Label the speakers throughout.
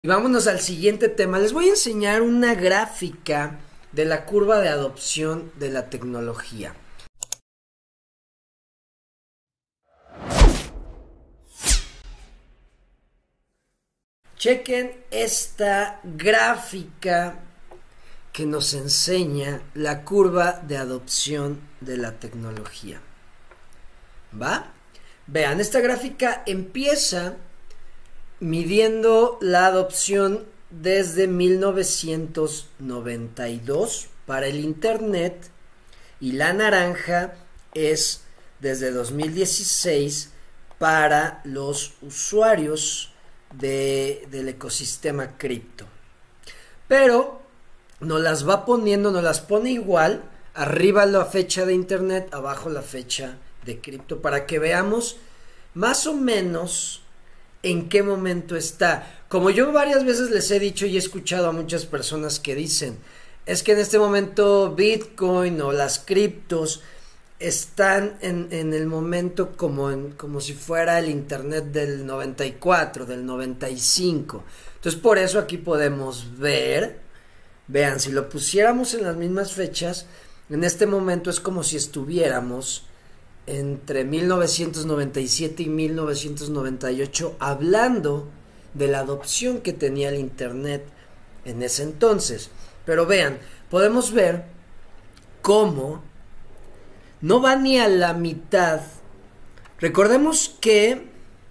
Speaker 1: Y vámonos al siguiente tema. Les voy a enseñar una gráfica de la curva de adopción de la tecnología. Chequen esta gráfica que nos enseña la curva de adopción de la tecnología. ¿Va? Vean, esta gráfica empieza midiendo la adopción desde 1992 para el Internet y la naranja es desde 2016 para los usuarios del ecosistema cripto. Pero nos las va poniendo, nos las pone igual, arriba la fecha de Internet, abajo la fecha de cripto, para que veamos más o menos en qué momento está. Como yo varias veces les he dicho y he escuchado a muchas personas que dicen, es que en este momento Bitcoin o las criptos están en el momento como si fuera el Internet del 94, del 95. Entonces por eso aquí podemos ver, vean, si lo pusiéramos en las mismas fechas, en este momento es como si estuviéramos entre 1997 y 1998 hablando de la adopción que tenía el Internet en ese entonces. Pero vean, podemos ver cómo no va ni a la mitad. Recordemos que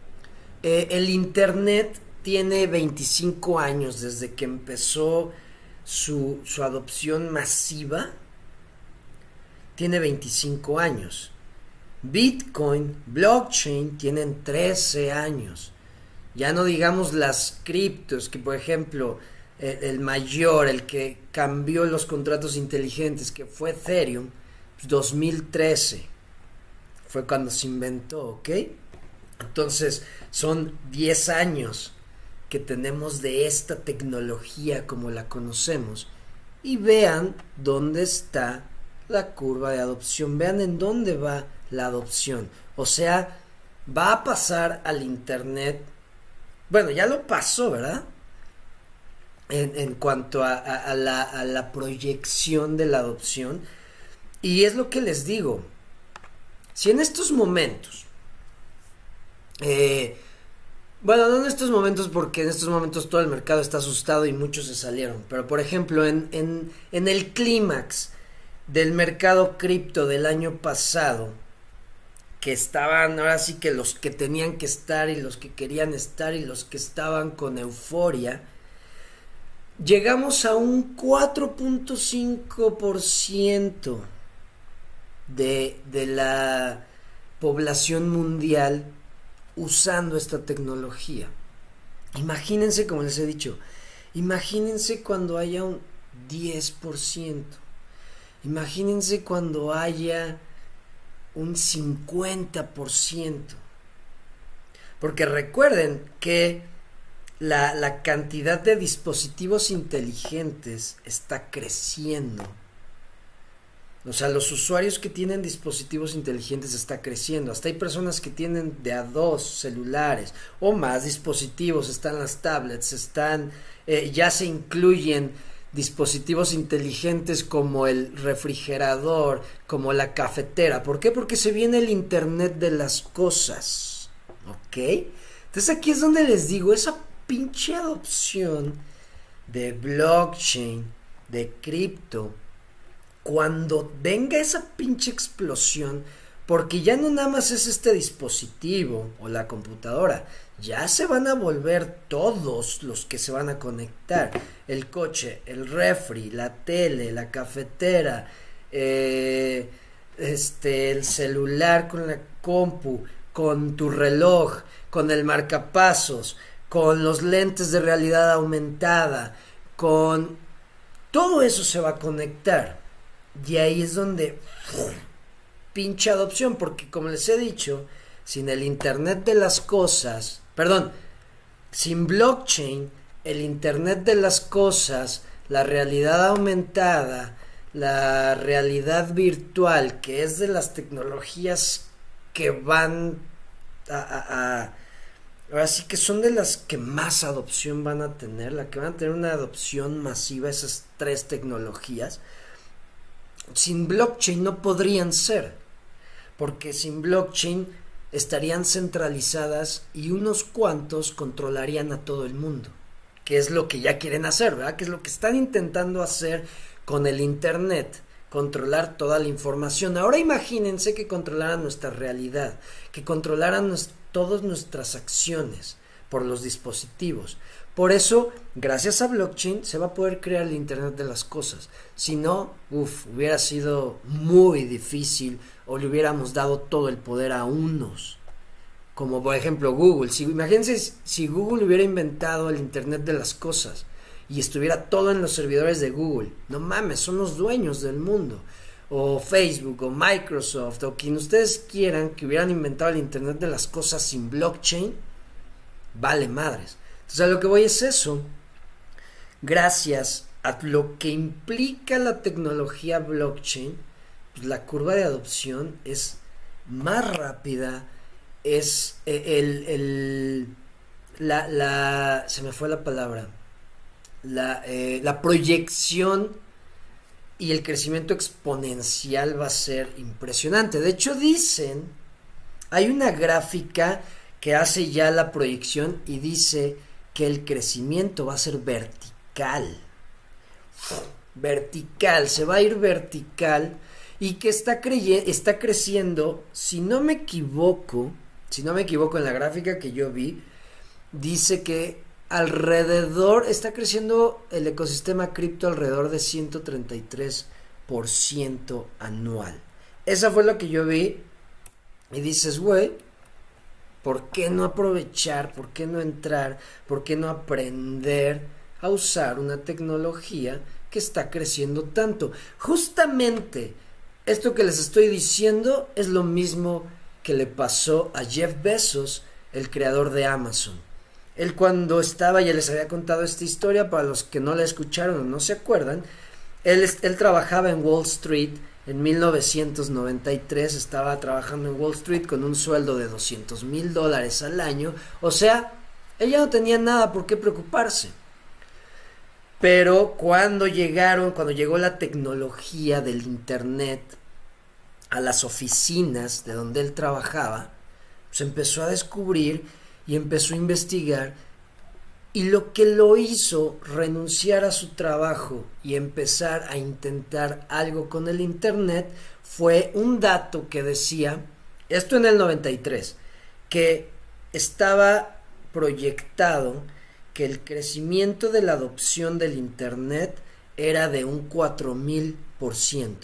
Speaker 1: el Internet tiene 25 años desde que empezó su adopción masiva. Tiene 25 años. Bitcoin, blockchain tienen 13 años. Ya no digamos las criptos, que por ejemplo el mayor, el que cambió los contratos inteligentes, que fue Ethereum, 2013 fue cuando se inventó, ¿ok? Entonces son 10 años que tenemos de esta tecnología como la conocemos. Y vean dónde está la curva de adopción, vean en dónde va la adopción, o sea, va a pasar al Internet, bueno, ya lo pasó, ¿verdad? En cuanto a la proyección de la adopción, y es lo que les digo, si en estos momentos, bueno, no en estos momentos porque en estos momentos todo el mercado está asustado y muchos se salieron, pero por ejemplo en el clímax del mercado cripto del año pasado, que estaban ahora sí que los que tenían que estar y los que querían estar y los que estaban con euforia, llegamos a un 4.5% de la población mundial usando esta tecnología. Imagínense, como les he dicho, imagínense cuando haya un 10%, imagínense cuando haya un 50%. Porque recuerden que la cantidad de dispositivos inteligentes está creciendo. O sea, los usuarios que tienen dispositivos inteligentes está creciendo. Hasta hay personas que tienen de a 2 celulares o más dispositivos. Están las tablets, ya se incluyen dispositivos inteligentes como el refrigerador, como la cafetera. ¿Por qué? Porque se viene el Internet de las cosas. ¿Ok? Entonces aquí es donde les digo, esa pinche adopción de blockchain, de cripto, cuando venga esa pinche explosión, porque ya no nada más es este dispositivo o la computadora, ya se van a volver todos los que se van a conectar, el coche, el refri, la tele, la cafetera, el celular con la compu, con tu reloj, con el marcapasos, con los lentes de realidad aumentada, con todo eso se va a conectar. Y ahí es donde pinche adopción, porque como les he dicho, sin el Internet de las cosas, perdón, sin blockchain, el Internet de las cosas, la realidad aumentada, la realidad virtual, que es de las tecnologías que van ahora sí que son de las que más adopción van a tener, la que van a tener una adopción masiva, esas tres tecnologías. Sin blockchain no podrían ser, porque sin blockchain estarían centralizadas y unos cuantos controlarían a todo el mundo, que es lo que ya quieren hacer, ¿verdad? Que es lo que están intentando hacer con el internet, controlar toda la información. Ahora imagínense que controlaran nuestra realidad, que controlaran todas nuestras acciones por los dispositivos. Por eso, gracias a blockchain, se va a poder crear el Internet de las cosas. Si no, hubiera sido muy difícil, o le hubiéramos dado todo el poder a unos. Como por ejemplo Google. Imagínense si Google hubiera inventado el Internet de las cosas y estuviera todo en los servidores de Google. No mames, son los dueños del mundo. O Facebook, o Microsoft, o quien ustedes quieran, que hubieran inventado el Internet de las cosas sin blockchain. Vale madres. Entonces a lo que voy es eso. Gracias a lo que implica la tecnología blockchain, pues la curva de adopción es más rápida, es se me fue la palabra, la proyección y el crecimiento exponencial va a ser impresionante. De hecho dicen, hay una gráfica que hace ya la proyección y dice que el crecimiento va a ser vertical, se va a ir vertical, y que está creciendo, si no me equivoco en la gráfica que yo vi, dice que está creciendo el ecosistema cripto alrededor de 133% anual. Esa fue lo que yo vi, y dices, güey, ¿por qué no aprovechar? ¿Por qué no entrar? ¿Por qué no aprender a usar una tecnología que está creciendo tanto? Justamente esto que les estoy diciendo es lo mismo que le pasó a Jeff Bezos, el creador de Amazon. Él cuando estaba, ya les había contado esta historia, para los que no la escucharon o no se acuerdan, él trabajaba en Wall Street en 1993, estaba trabajando en Wall Street con un sueldo de $200,000 al año, o sea, él ya no tenía nada por qué preocuparse. Pero cuando llegó la tecnología del internet a las oficinas de donde él trabajaba, pues empezó a descubrir y empezó a investigar, y lo que lo hizo renunciar a su trabajo y empezar a intentar algo con el internet fue un dato que decía, esto en el 93, que estaba proyectado que el crecimiento de la adopción del internet era de un 4000%.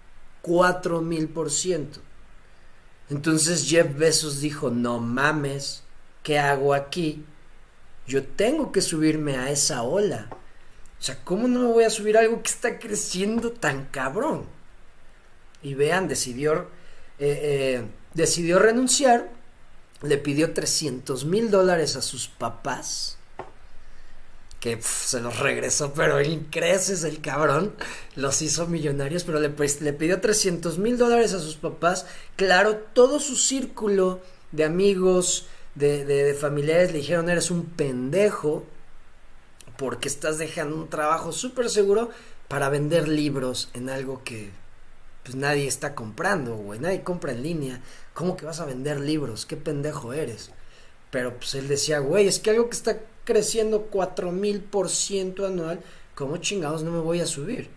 Speaker 1: 4000%. Entonces Jeff Bezos dijo, no mames, ¿qué hago aquí? Yo tengo que subirme a esa ola. O sea, ¿cómo no me voy a subir a algo que está creciendo tan cabrón? Y vean, decidió renunciar, le pidió $300,000 a sus papás, que se los regresó, pero en creces el cabrón, los hizo millonarios, pero le pidió $300,000 a sus papás. Claro, todo su círculo de amigos, de familiares le dijeron, eres un pendejo, porque estás dejando un trabajo súper seguro para vender libros en algo que pues nadie está comprando, güey, nadie compra en línea. ¿Cómo que vas a vender libros? ¿Qué pendejo eres? Pero pues él decía, güey, es que algo que está creciendo 4000% anual, ¿cómo chingados no me voy a subir?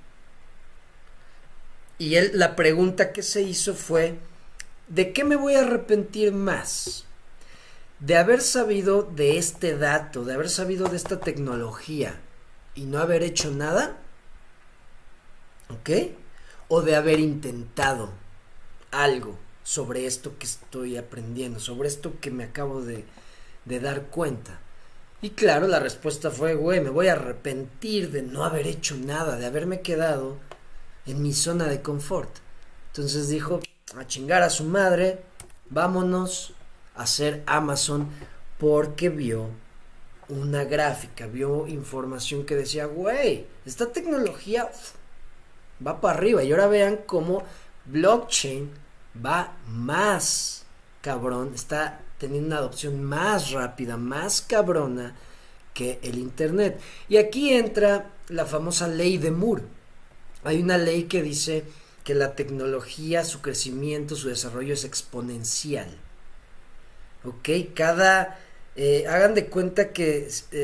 Speaker 1: Y la pregunta que se hizo fue, ¿de qué me voy a arrepentir más? ¿De haber sabido de este dato, de haber sabido de esta tecnología y no haber hecho nada? ¿Ok? ¿O de haber intentado algo sobre esto que estoy aprendiendo, sobre esto que me acabo de dar cuenta? Y claro, la respuesta fue, güey, me voy a arrepentir de no haber hecho nada, de haberme quedado en mi zona de confort. Entonces dijo, a chingar a su madre, vámonos a hacer Amazon, porque vio una gráfica, vio información que decía, güey, esta tecnología va para arriba. Y ahora vean cómo blockchain va más cabrón, está teniendo una adopción más rápida, más cabrona que el Internet. Y aquí entra la famosa ley de Moore. Hay una ley que dice que la tecnología, su crecimiento, su desarrollo es exponencial. ¿Ok? Hagan de cuenta que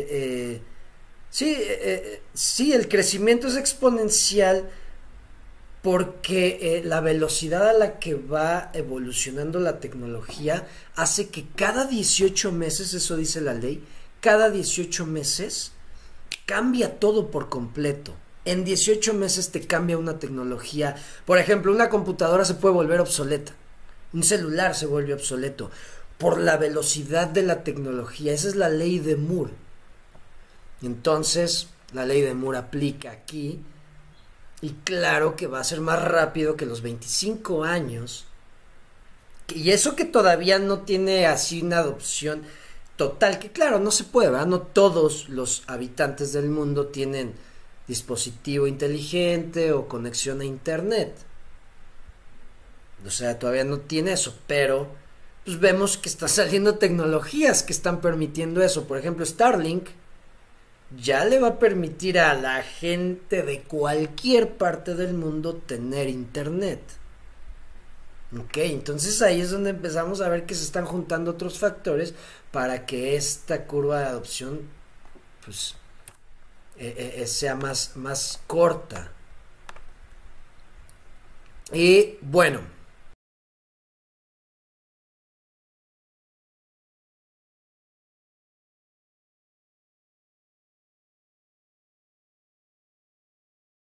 Speaker 1: sí, el crecimiento es exponencial porque la velocidad a la que va evolucionando la tecnología hace que cada 18 meses, eso dice la ley, cada 18 meses cambia todo por completo. En 18 meses te cambia una tecnología. Por ejemplo, una computadora se puede volver obsoleta. Un celular se vuelve obsoleto por la velocidad de la tecnología. Esa es la ley de Moore. Entonces, la ley de Moore aplica aquí. Y claro que va a ser más rápido que los 25 años. Y eso que todavía no tiene así una adopción total. Que claro, no se puede, ¿verdad? No todos los habitantes del mundo tienen dispositivo inteligente o conexión a internet. O sea, todavía no tiene eso, pero pues vemos que están saliendo tecnologías que están permitiendo eso. Por ejemplo, Starlink ya le va a permitir a la gente de cualquier parte del mundo tener internet. Ok, entonces ahí es donde empezamos a ver que se están juntando otros factores para que esta curva de adopción pues sea más corta. Y bueno,